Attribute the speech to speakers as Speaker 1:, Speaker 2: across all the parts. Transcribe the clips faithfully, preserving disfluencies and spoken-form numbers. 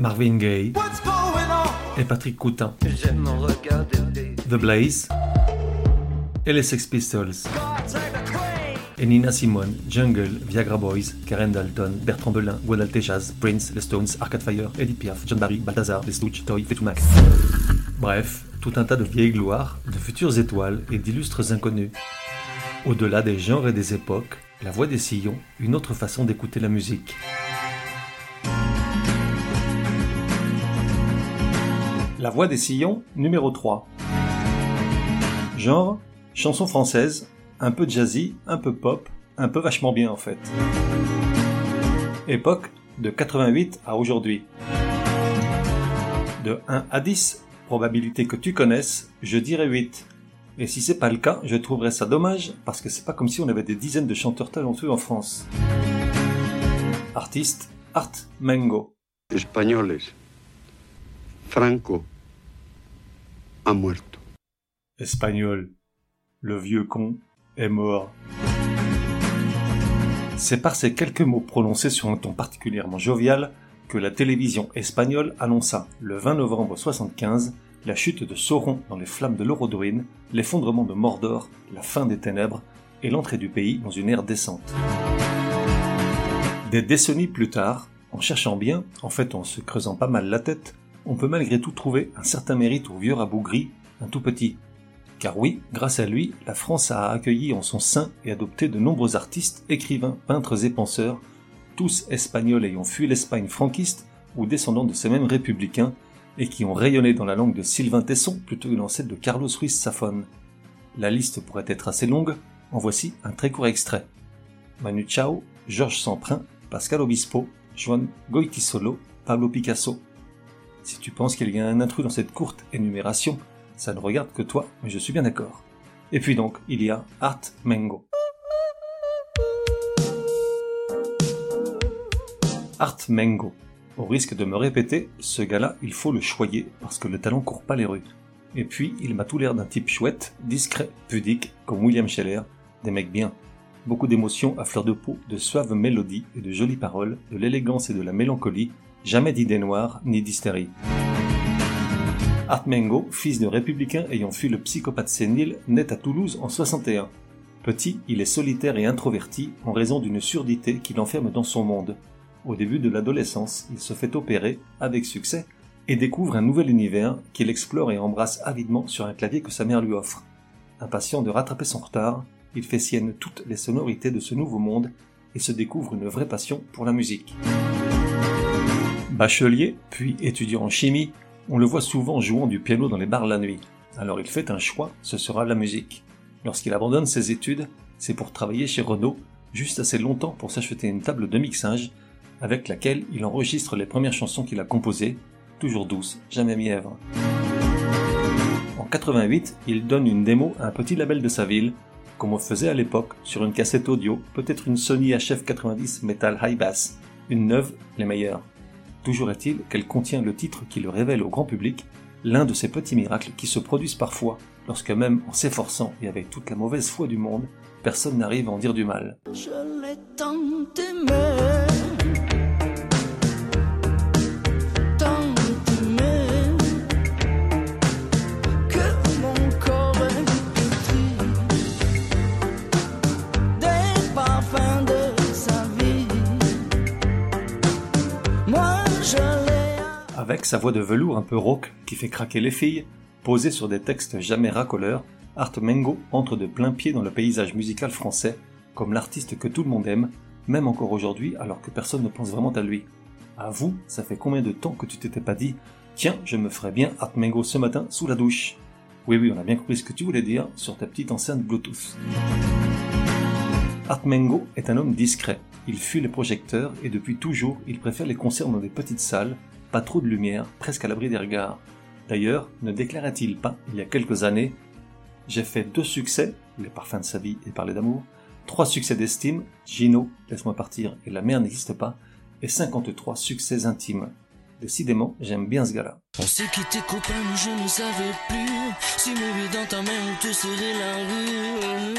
Speaker 1: Marvin Gaye et Patrick Coutin, The Blaze et les Sex Pistols, et Nina Simone, Jungle, Viagra Boys, Karen Dalton, Bertrand Belin, Guadalté Jazz, Prince, les Stones, Arcade Fire, Edith Piaf, John Barry, Balthazar, les Stooges, Toy, Fleetwood Mac. Bref, tout un tas de vieilles gloires, de futures étoiles et d'illustres inconnus. Au-delà des genres et des époques, La Voix des Sillons, une autre façon d'écouter la musique. La Voix des Sillons, numéro trois. Genre, chanson française, un peu jazzy, un peu pop, un peu vachement bien en fait. Époque, de quatre-vingt-huit à aujourd'hui. De un à dix, probabilité que tu connaisses, je dirais huit. Et si c'est pas le cas, je trouverais ça dommage, parce que c'est pas comme si on avait des dizaines de chanteurs talentueux en France. Artiste, Art Mengo.
Speaker 2: Españoles. Franco ha muerto.
Speaker 1: Espagnol. Le vieux con est mort. C'est par ces quelques mots prononcés sur un ton particulièrement jovial que la télévision espagnole annonça le vingt novembre soixante-quinze la chute de Sauron dans les flammes de l'Orodruin, l'effondrement de Mordor, la fin des ténèbres et l'entrée du pays dans une ère décente. Des décennies plus tard, en cherchant bien, en fait en se creusant pas mal la tête, on peut malgré tout trouver un certain mérite au vieux rabougri, un tout petit. Car oui, grâce à lui, la France a accueilli en son sein et adopté de nombreux artistes, écrivains, peintres et penseurs, tous espagnols ayant fui l'Espagne franquiste ou descendants de ces mêmes républicains, et qui ont rayonné dans la langue de Sylvain Tesson plutôt que dans celle de Carlos Ruiz Zafón. La liste pourrait être assez longue, en voici un très court extrait. Manu Chao, Georges Semprin, Pascal Obispo, Juan Goytisolo, Pablo Picasso. Si tu penses qu'il y a un intrus dans cette courte énumération, ça ne regarde que toi, mais je suis bien d'accord. Et puis donc, il y a Art Mengo. Art Mengo. Au risque de me répéter, ce gars-là, il faut le choyer, parce que le talent court pas les rues. Et puis, il m'a tout l'air d'un type chouette, discret, pudique, comme William Scheller, des mecs bien. Beaucoup d'émotions à fleur de peau, de suaves mélodies et de jolies paroles, de l'élégance et de la mélancolie, jamais d'idées noires, ni d'hystérie. Art Mengo, fils de républicain ayant fui le psychopathe sénile, naît à Toulouse en soixante et un. Petit, il est solitaire et introverti en raison d'une surdité qui l'enferme dans son monde. Au début de l'adolescence, il se fait opérer, avec succès, et découvre un nouvel univers qu'il explore et embrasse avidement sur un clavier que sa mère lui offre. Impatient de rattraper son retard, il fait sienne toutes les sonorités de ce nouveau monde et se découvre une vraie passion pour la musique. Bachelier, puis étudiant en chimie, on le voit souvent jouant du piano dans les bars la nuit. Alors il fait un choix, ce sera la musique. Lorsqu'il abandonne ses études, c'est pour travailler chez Renault, juste assez longtemps pour s'acheter une table de mixage, avec laquelle il enregistre les premières chansons qu'il a composées, toujours douces, jamais mièvres. En quatre-vingt-huit, il donne une démo à un petit label de sa ville, comme on faisait à l'époque sur une cassette audio, peut-être une Sony H F quatre-vingt-dix Metal High Bass, une neuve, les meilleures. Toujours est-il qu'elle contient le titre qui le révèle au grand public, l'un de ces petits miracles qui se produisent parfois, lorsque même en s'efforçant et avec toute la mauvaise foi du monde, personne n'arrive à en dire du mal.
Speaker 3: Je l'ai tant aimé.
Speaker 1: Avec sa voix de velours un peu rauque qui fait craquer les filles, posée sur des textes jamais racoleurs, Art Mengo entre de plein pied dans le paysage musical français, comme l'artiste que tout le monde aime, même encore aujourd'hui alors que personne ne pense vraiment à lui. À vous, ça fait combien de temps que tu t'étais pas dit « Tiens, je me ferais bien Art Mengo ce matin sous la douche ». Oui oui, on a bien compris ce que tu voulais dire sur ta petite enceinte Bluetooth. Art Mengo est un homme discret, il fuit les projecteurs et depuis toujours il préfère les concerts dans des petites salles, pas trop de lumière, presque à l'abri des regards. D'ailleurs, ne déclarait-il pas, il y a quelques années, « J'ai fait deux succès, les parfums de sa vie et parler d'amour, trois succès d'estime, Gino, laisse-moi partir et la mer n'existe pas, et cinquante-trois succès intimes. Décidément, j'aime bien ce gars-là. »
Speaker 4: On s'est quitté copain, mais je ne savais plus si mourir dans ta main ou te serrer la rue.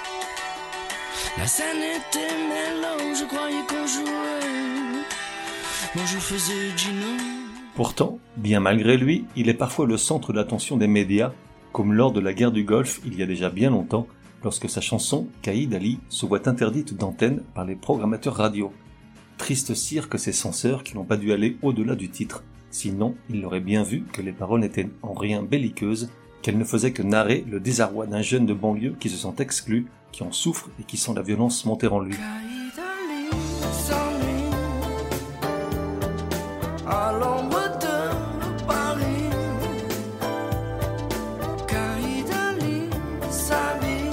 Speaker 4: La scène était mélo, je croyais qu'on jouait. moi je faisais Gino.
Speaker 1: Pourtant, bien malgré lui, il est parfois le centre de l'attention des médias, comme lors de la guerre du Golfe il y a déjà bien longtemps, lorsque sa chanson « Caïd Ali » se voit interdite d'antenne par les programmateurs radio. Triste cire que ces censeurs qui n'ont pas dû aller au-delà du titre, sinon ils l'auraient bien vu que les paroles n'étaient en rien belliqueuses, qu'elles ne faisaient que narrer le désarroi d'un jeune de banlieue qui se sent exclu, qui en souffre et qui sent la violence monter en lui.
Speaker 3: Caïd Ali s'ennuie à l'ombre de Paris. Caïd Ali, sa vie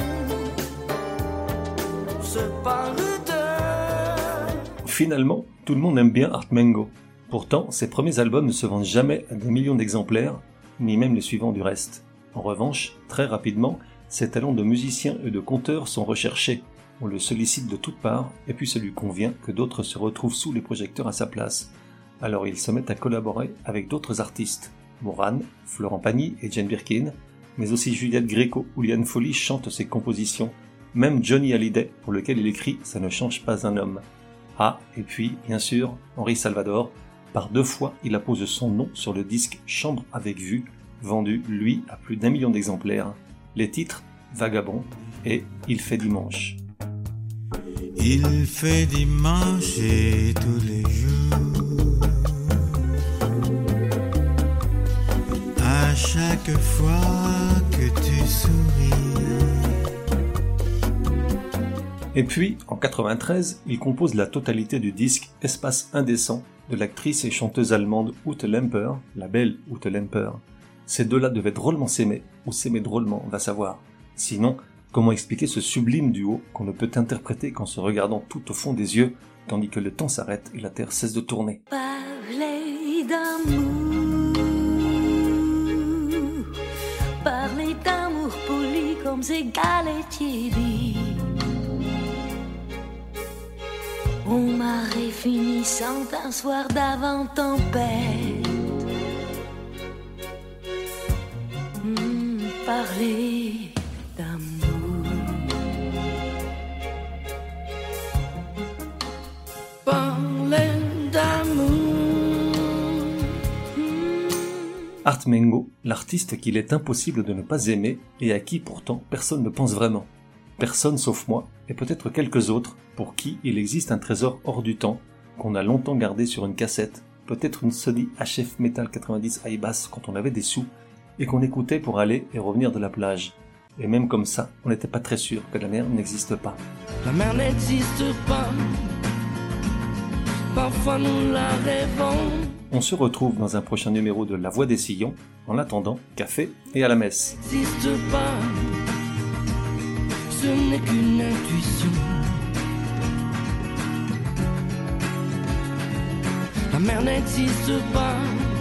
Speaker 3: se parle de...
Speaker 1: Finalement, tout le monde aime bien Art Mengo. Pourtant, ses premiers albums ne se vendent jamais à des millions d'exemplaires, ni même les suivants du reste. En revanche, très rapidement, ses talents de musicien et de conteur sont recherchés. On le sollicite de toutes parts, et puis ça lui convient que d'autres se retrouvent sous les projecteurs à sa place. Alors il se met à collaborer avec d'autres artistes. Moran, Florent Pagny et Jane Birkin, mais aussi Juliette Gréco ou Liane Folly chantent ses compositions. Même Johnny Hallyday, pour lequel il écrit « Ça ne change pas un homme ». Ah, et puis, bien sûr, Henri Salvador. Par deux fois, il appose son nom sur le disque Chambre avec vue, vendu, lui, à plus d'un million d'exemplaires. Les titres, Vagabond et Il fait dimanche.
Speaker 5: Il fait dimanche et tous les jours, à chaque fois que tu souris.
Speaker 1: Et puis, en quatre-vingt-treize, il compose la totalité du disque Espace indécent de l'actrice et chanteuse allemande Ute Lemper, la belle Ute Lemper. Ces deux-là devaient drôlement s'aimer, ou s'aimer drôlement, on va savoir. Sinon, comment expliquer ce sublime duo qu'on ne peut interpréter qu'en se regardant tout au fond des yeux, tandis que le temps s'arrête et la Terre cesse de tourner.
Speaker 6: Parler d'amour, parler d'amour poli comme ces galetiers dit. On marée finissant un soir d'avant tempête. Mmh, parler d'amour.
Speaker 3: Parler d'amour.
Speaker 1: Art Mengo, l'artiste qu'il est impossible de ne pas aimer et à qui pourtant personne ne pense vraiment. Personne sauf moi, et peut-être quelques autres, pour qui il existe un trésor hors du temps, qu'on a longtemps gardé sur une cassette, peut-être une Sony H F Metal quatre-vingt-dix high bass quand on avait des sous, et qu'on écoutait pour aller et revenir de la plage. Et même comme ça, on n'était pas très sûr que la mer n'existe pas.
Speaker 3: La mer n'existe pas. Parfois nous la rêvons.
Speaker 1: On se retrouve dans un prochain numéro de La Voix des Sillons. En attendant, café et à la messe.
Speaker 3: N'existe pas. Ce n'est qu'une intuition. La mer n'existe pas.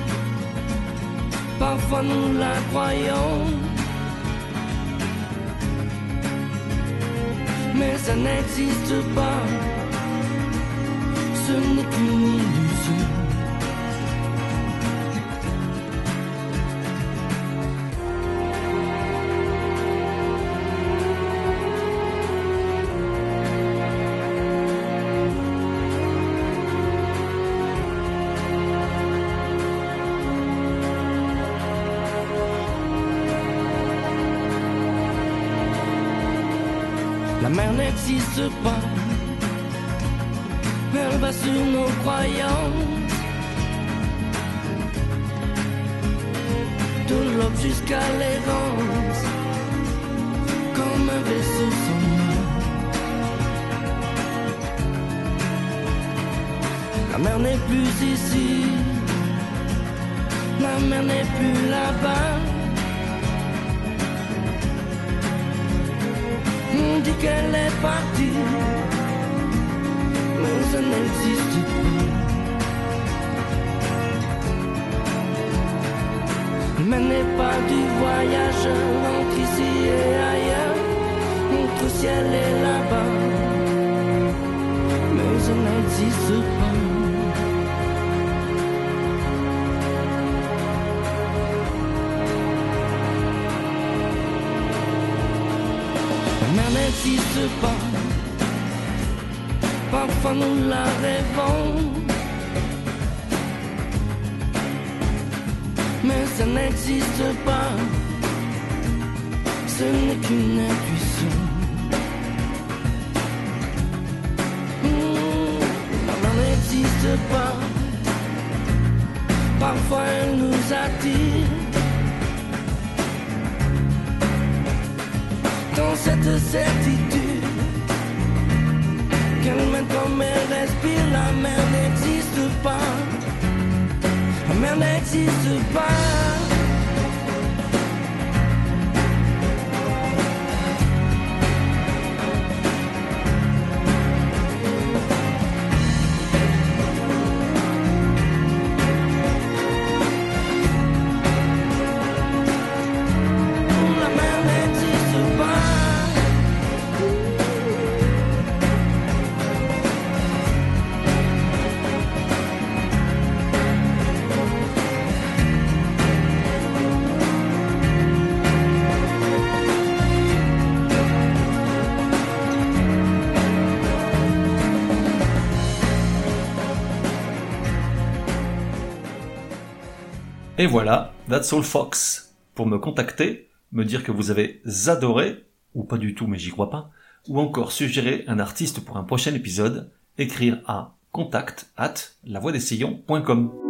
Speaker 3: Parfois nous la croyons. Mais ça n'existe pas. Ce n'est qu'une illusion. La mer n'existe pas. Elle va sur nos croyances. De l'aube jusqu'à l'errance. Comme un vaisseau sans nom. La mer n'est plus ici. La mer n'est plus là-bas. On dit qu'elle est partie, mais ça n'existe plus. Mais n'est pas du voyage entre ici et ailleurs, entre ciel et là-bas, mais ça n'existe pas. La mer n'existe pas. Parfois nous la rêvons. mais ça n'existe pas. Ce n'est qu'une intuition. Mmh, elle n'existe pas. Parfois elle nous attire dans cette certitude qu'elle mène comme elle respire. La mer n'existe pas. La mer n'existe pas.
Speaker 1: Et voilà, that's all folks. Pour me contacter, me dire que vous avez adoré, ou pas du tout mais j'y crois pas, ou encore suggérer un artiste pour un prochain épisode, écrire à contact at la voix des sillons point com.